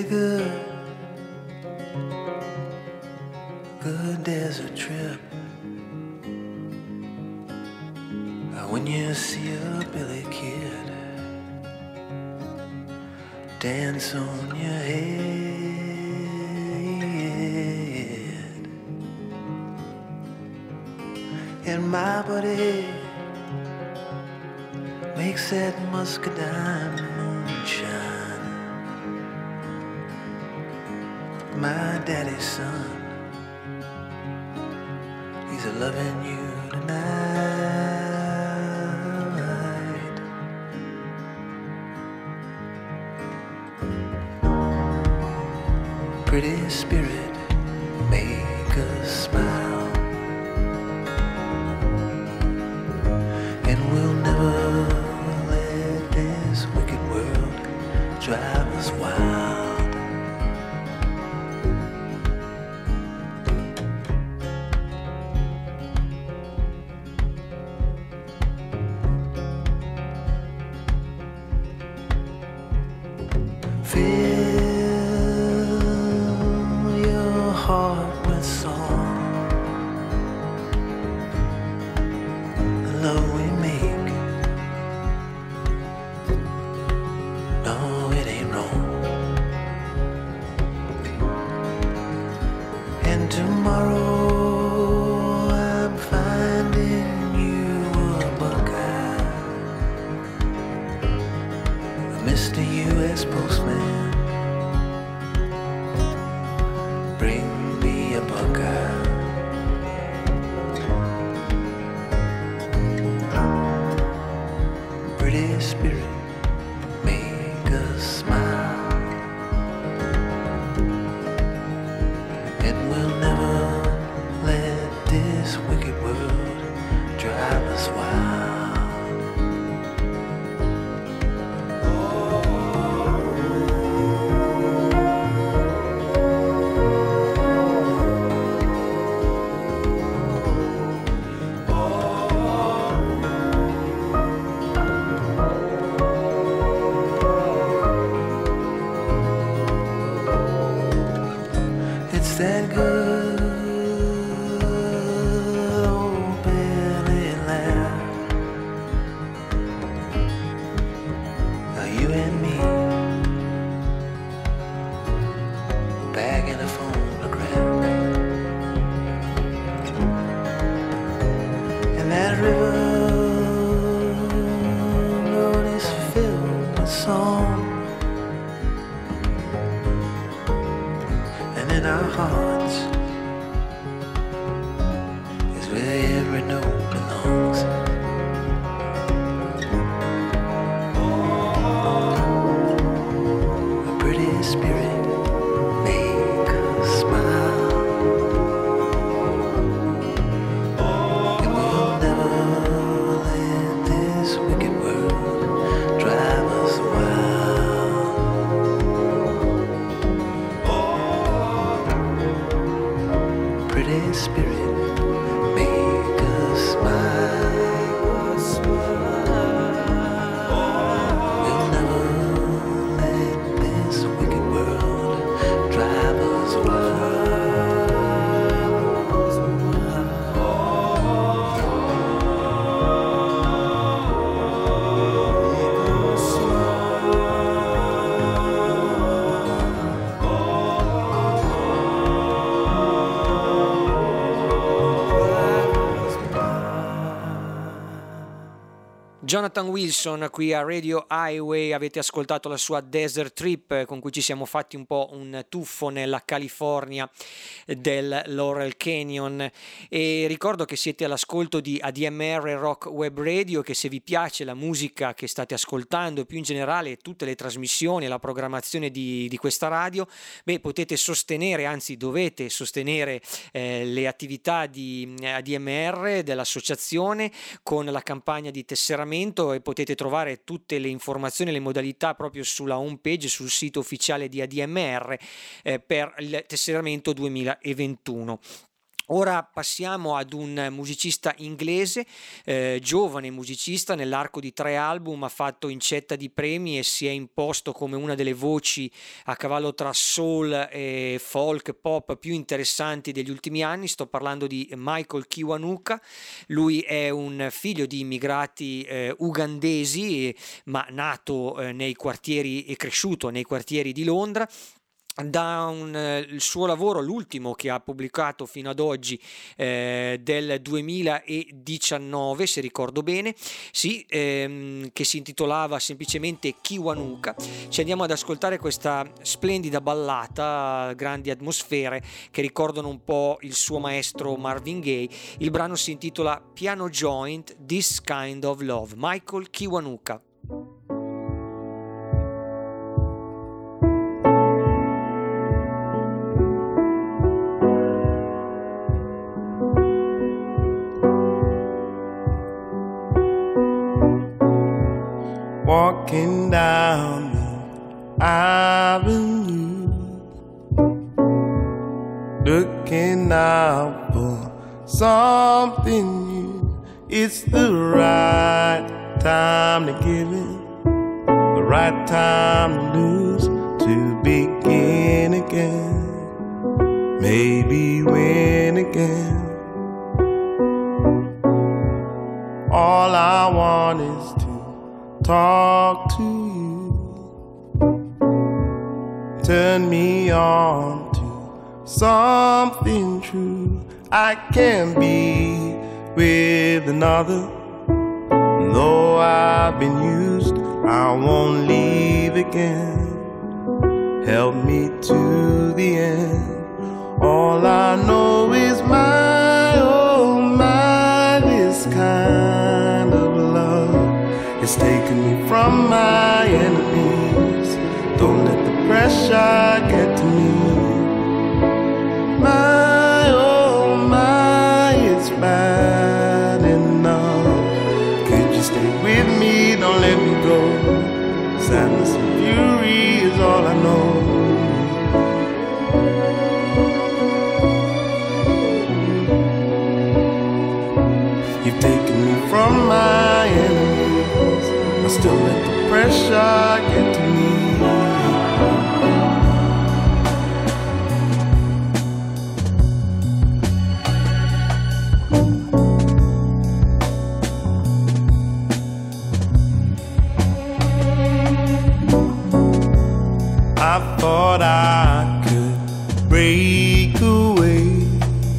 good desert trip. When you see a Billy Kid dance on your head, and my buddy makes that muscadine moonshine, my daddy's son, he's a loving you tonight. Pretty spirit, make us smile, and we'll never let this wicked world drive us wild. Jonathan Wilson qui a Radio Highway, avete ascoltato la sua Desert Trip con cui ci siamo fatti un po' un tuffo nella California del Laurel Canyon, e ricordo che siete all'ascolto di ADMR Rock Web Radio, che se vi piace la musica che state ascoltando e più in generale tutte le trasmissioni e la programmazione di questa radio, potete sostenere, anzi dovete sostenere le attività di ADMR, dell'associazione, con la campagna di tesseramento, e potete trovare tutte le informazioni e le modalità proprio sulla home page, sul sito ufficiale di ADMR per il tesseramento 2021. Ora passiamo ad un musicista inglese, giovane musicista, nell'arco di 3 album ha fatto incetta di premi e si è imposto come una delle voci a cavallo tra soul e folk pop più interessanti degli ultimi anni. Sto parlando di Michael Kiwanuka. Lui è un figlio di immigrati ugandesi, ma nato nei quartieri e cresciuto nei quartieri di Londra. Il suo lavoro, l'ultimo che ha pubblicato fino ad oggi, del 2019 se ricordo bene, che si intitolava semplicemente Kiwanuka, ci andiamo ad ascoltare questa splendida ballata, grandi atmosfere che ricordano un po' il suo maestro Marvin Gaye. Il brano si intitola Piano Joint, This Kind of Love, Michael Kiwanuka. Walking down the avenue, looking out for something new. It's the right time to give it, the right time to lose, to begin again, maybe win again. All I want is to talk to you, turn me on to something true. I can't be with another, though I've been used, I won't leave again. Help me to the end. All I know is my, oh my, this kind of love. It's taken me from my enemies. Don't let the pressure get to me. My, oh my, it's bad enough. Could you stay with me? Don't let me go. Sadness and fury is all I know. You've taken me from my enemies. I still let the pressure get to me. I thought I could break away.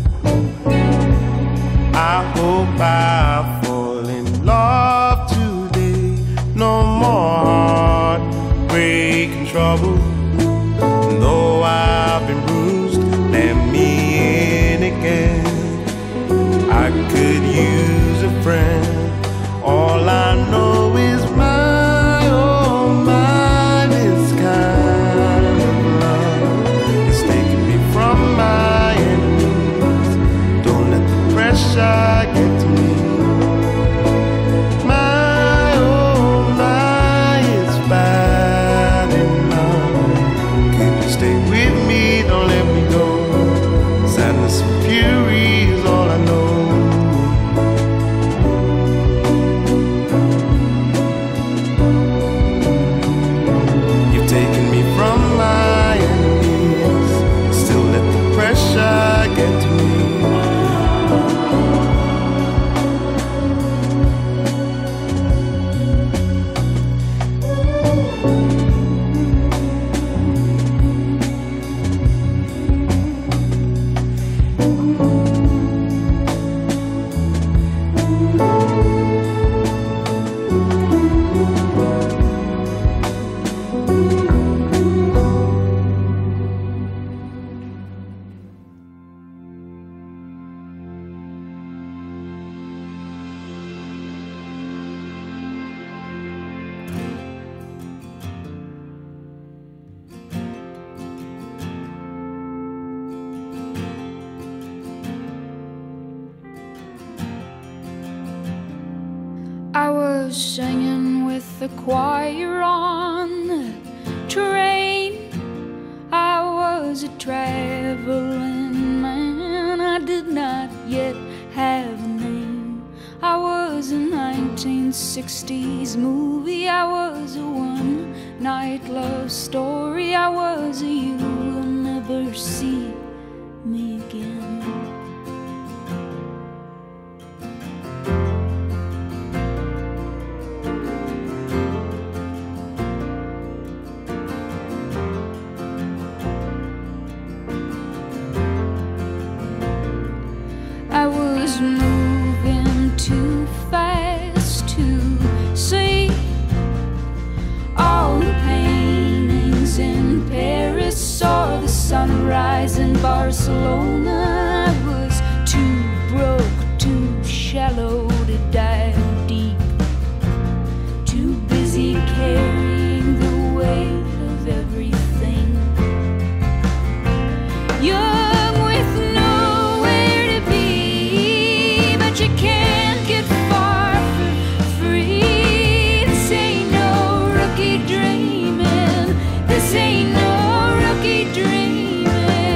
I hope I fall in love today. No more heartbreak trouble. Though I've been bruised, let me in again. I could use a friend. All I know is my, oh my, this kind of love is taking me from my enemies. Don't let the pressure get to me. My, oh my, it's bad enough. singing with the choir on the train. I was a traveling man, I did not yet have a name. I was a 1960s movie, I was a one-night love story, I was a you will never see me again. I was moving too fast to see all the paintings in Paris or the sunrise in Barcelona. I was too broke, too shallow to dive deep, too busy carrying the weight of everything. Young with nowhere to be, but you can't get far for free. This ain't no rookie dreaming. This ain't no rookie dreaming.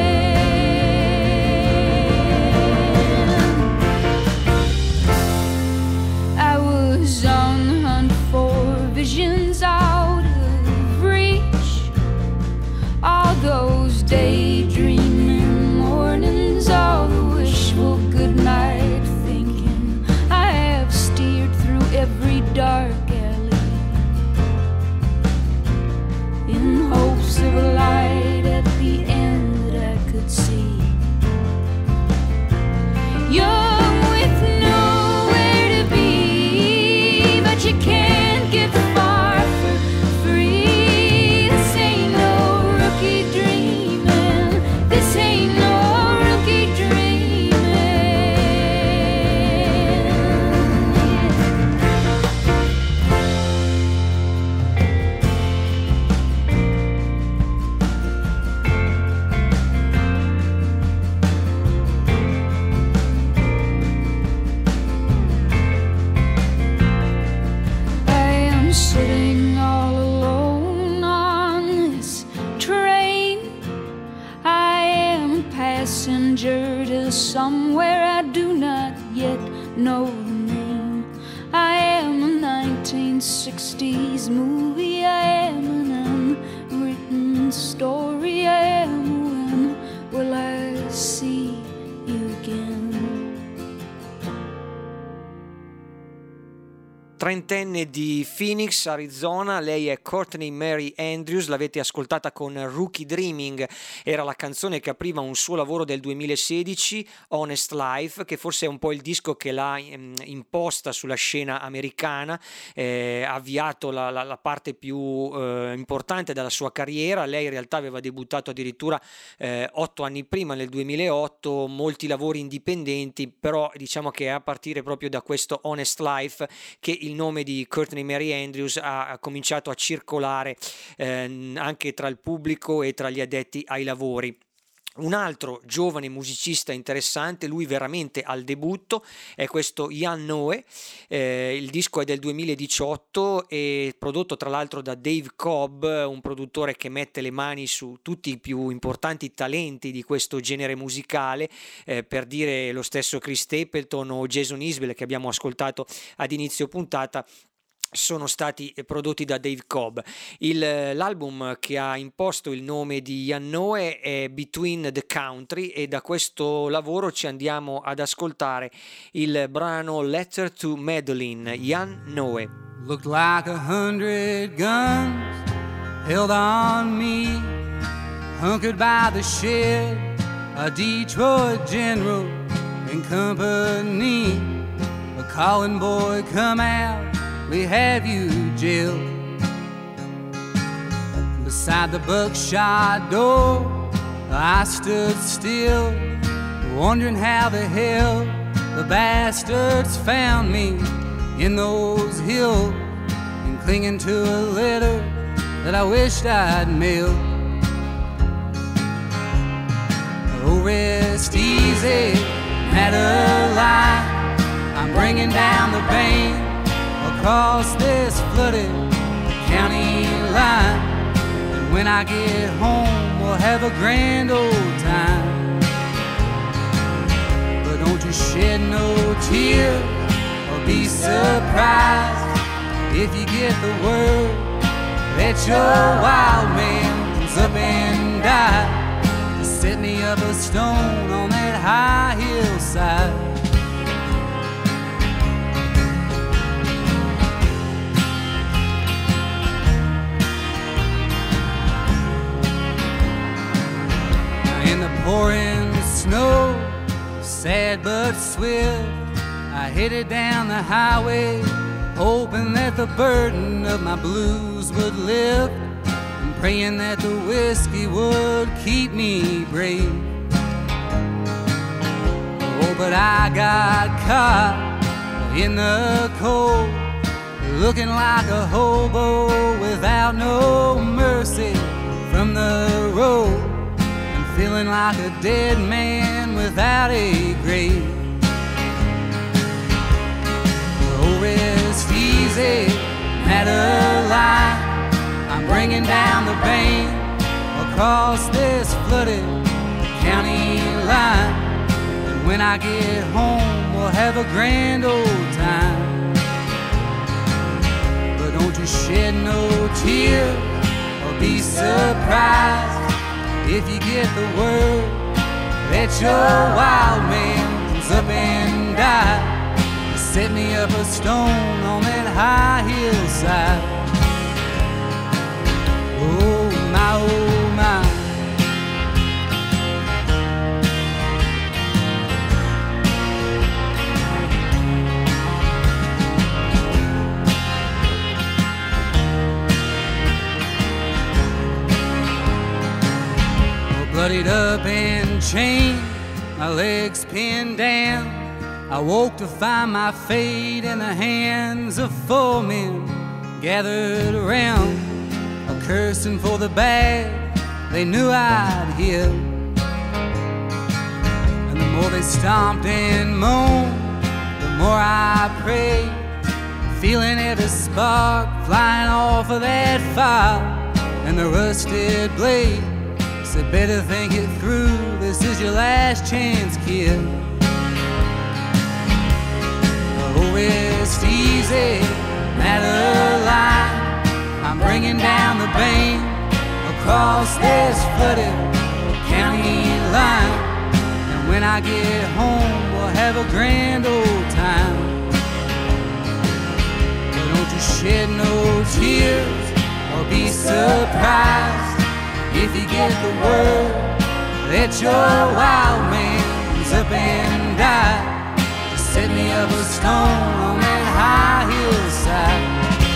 I was on the hunt for visions out of reach. All those daydreaming mornings, all the wishful goodnight thinking. I have steered through every dark alley in hopes of a light at the end that I could see. Young with nowhere to be, but you can't get far for free. This ain't no rookie dreaming. This ain't no rookie dreaming. I am sitting all alone on this train. I am a passenger to somewhere I do not yet know the name. I am a 1960s movie. I am an unwritten story. I am when will I see you again? Trentenne di Phoenix, Arizona, lei è Courtney Mary Andrews, l'avete ascoltata con Rookie Dreaming, era la canzone che apriva un suo lavoro del 2016, Honest Life, che forse è un po' il disco che l'ha imposta sulla scena americana, ha avviato la parte più importante della sua carriera. Lei in realtà aveva debuttato addirittura 8 anni prima, nel 2008, molti lavori indipendenti, però diciamo che è a partire proprio da questo Honest Life che il nome di Courtney Mary Andrews ha cominciato a circolare anche tra il pubblico e tra gli addetti ai lavori. Un altro giovane musicista interessante, lui veramente al debutto, è questo Jan Noe. Il disco è del 2018 e prodotto tra l'altro da Dave Cobb, un produttore che mette le mani su tutti i più importanti talenti di questo genere musicale, per dire lo stesso Chris Stapleton o Jason Isbell che abbiamo ascoltato ad inizio puntata sono stati prodotti da Dave Cobb. L'album che ha imposto il nome di Jan Noe è Between the Country e da questo lavoro ci andiamo ad ascoltare il brano Letter to Madeline, Jan Noe. Looked like 100 guns held on me, hunkered by the shed, a Detroit general in company. A calling boy, come out, we have you jailed. Beside the buckshot door, I stood still, wondering how the hell the bastards found me in those hills, and clinging to a letter that I wished I'd mailed. Oh, rest easy, Madeline, I'm bringing down the pain across this flooded county line. And when I get home, we'll have a grand old time. But don't you shed no tears or be surprised if you get the word that your wild man comes up and dies. Set me up a stone on that high hillside. In the pouring snow, sad but swift, I headed down the highway, hoping that the burden of my blues would lift, and praying that the whiskey would keep me brave. Oh, but I got caught in the cold, looking like a hobo without no mercy from the road, and feeling like a dead man without a grave. Oh, rest easy, Madeline, I'm bringing down the bank across this flooded county line. And when I get home, we'll have a grand old time. But don't you shed no tears or be surprised if you get the word that your wild man comes up and dies. Set me up a stone on that high hillside. Oh my, oh my. Oh, bloodied up and chained, my legs pinned down, I woke to find my fate in the hands of 4 men gathered around, a cursing for the bad they knew I'd hear. And the more they stomped and moaned, the more I prayed, feeling every spark flying off of that fire. And the rusted blade said, better think it through, this is your last chance, kid. Oh, rest easy, Madeline, I'm bringing down the bank across this flooded county line. And when I get home, we'll have a grand old time. But don't you shed no tears or be surprised if you get the word that your wild man's up and died. Set me up a stone on that high hillside.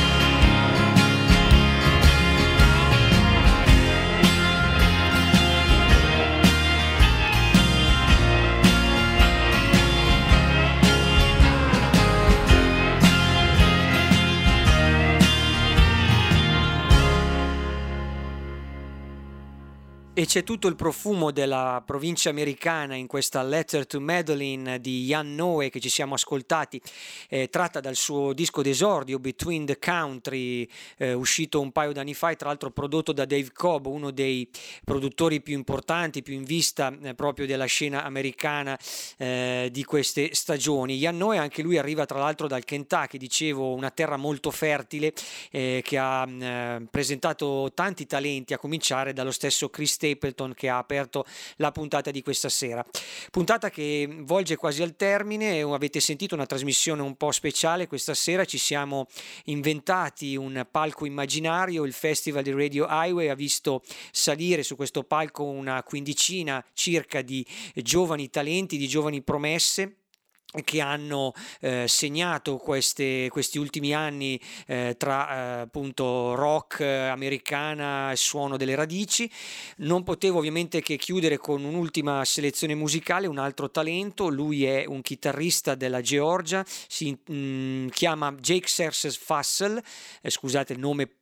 E c'è tutto il profumo della provincia americana in questa Letter to Madeline di Jan Noe che ci siamo ascoltati, tratta dal suo disco d'esordio Between the Country, uscito un paio d'anni fa e tra l'altro prodotto da Dave Cobb, uno dei produttori più importanti, più in vista proprio della scena americana di queste stagioni. Jan Noe anche lui arriva tra l'altro dal Kentucky, dicevo, una terra molto fertile che ha presentato tanti talenti, a cominciare dallo stesso Chris Stapleton che ha aperto la puntata di questa sera, puntata che volge quasi al termine. Avete sentito una trasmissione un po' speciale questa sera, ci siamo inventati un palco immaginario. Il Festival di Radio Highway ha visto salire su questo palco una quindicina circa di giovani talenti, di giovani promesse che hanno segnato questi ultimi anni tra appunto rock americana e suono delle radici. Non potevo ovviamente che chiudere con un'ultima selezione musicale, un altro talento. Lui è un chitarrista della Georgia, si chiama Jake Serses Fassel, scusate il nome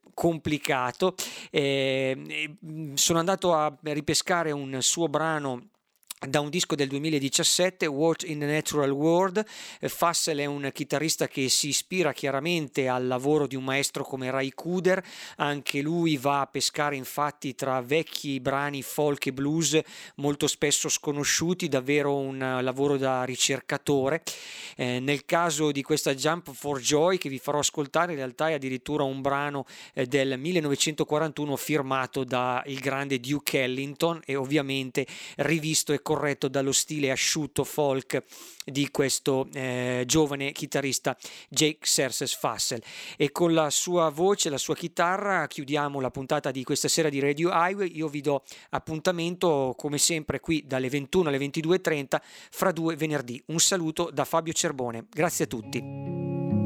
complicato. Sono andato a ripescare un suo brano da un disco del 2017, What in the Natural World. Fassel è un chitarrista che si ispira chiaramente al lavoro di un maestro come Ray Cooder, anche lui va a pescare infatti tra vecchi brani folk e blues molto spesso sconosciuti, davvero un lavoro da ricercatore. Nel caso di questa Jump for Joy che vi farò ascoltare, in realtà è addirittura un brano del 1941 firmato da il grande Duke Ellington e ovviamente rivisto e corretto dallo stile asciutto folk di questo giovane chitarrista Jake Serses Fassel. E con la sua voce, la sua chitarra chiudiamo la puntata di questa sera di Radio Highway. Io vi do appuntamento come sempre qui dalle 21 alle 22:30 fra 2 venerdì. Un saluto da Fabio Cerbone, grazie a tutti.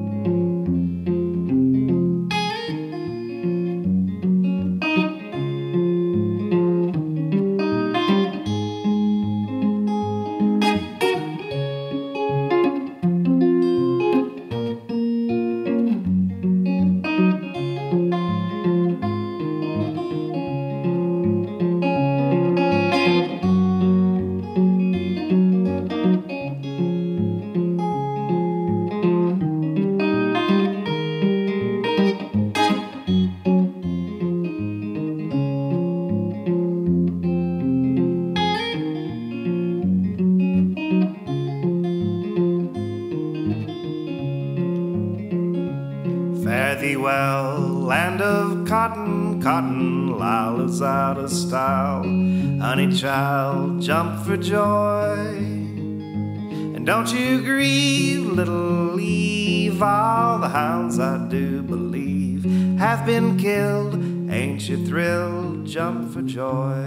Out of style, honey child, jump for joy, and don't you grieve, little Eve. All the hounds I do believe have been killed. Ain't you thrilled? Jump for joy.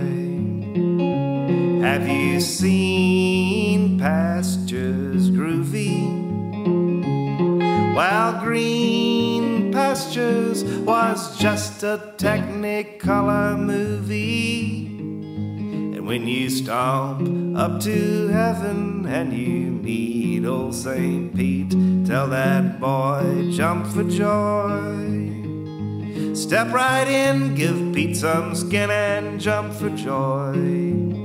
Have you seen pastures groovy? Well, Green Pastures was just a Technicolor movie. And when you stomp up to heaven and you meet old St. Pete, tell that boy, jump for joy. Step right in, give Pete some skin and jump for joy.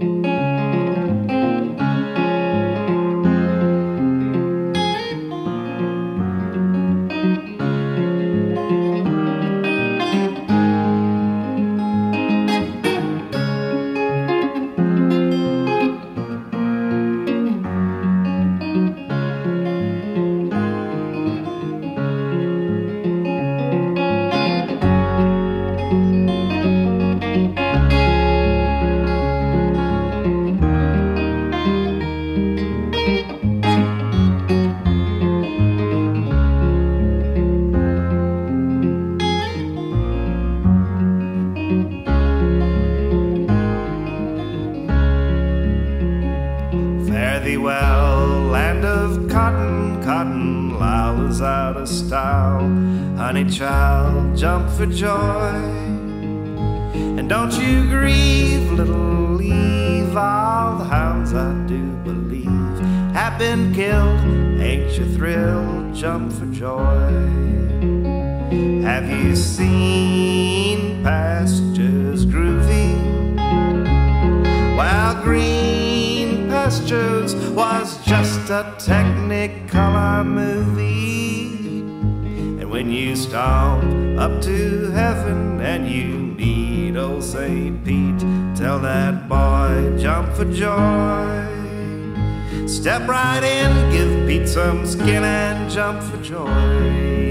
Honey child, jump for joy, and don't you grieve, little Eve. All the hounds I do believe have been killed. Ain't you thrilled? Jump for joy. Have you seen Pastures Groovy? Well, Green Pastures was just a Technicolor movie. When you stomp up to heaven and you meet old St. Pete, tell that boy, jump for joy. Step right in, give Pete some skin and jump for joy.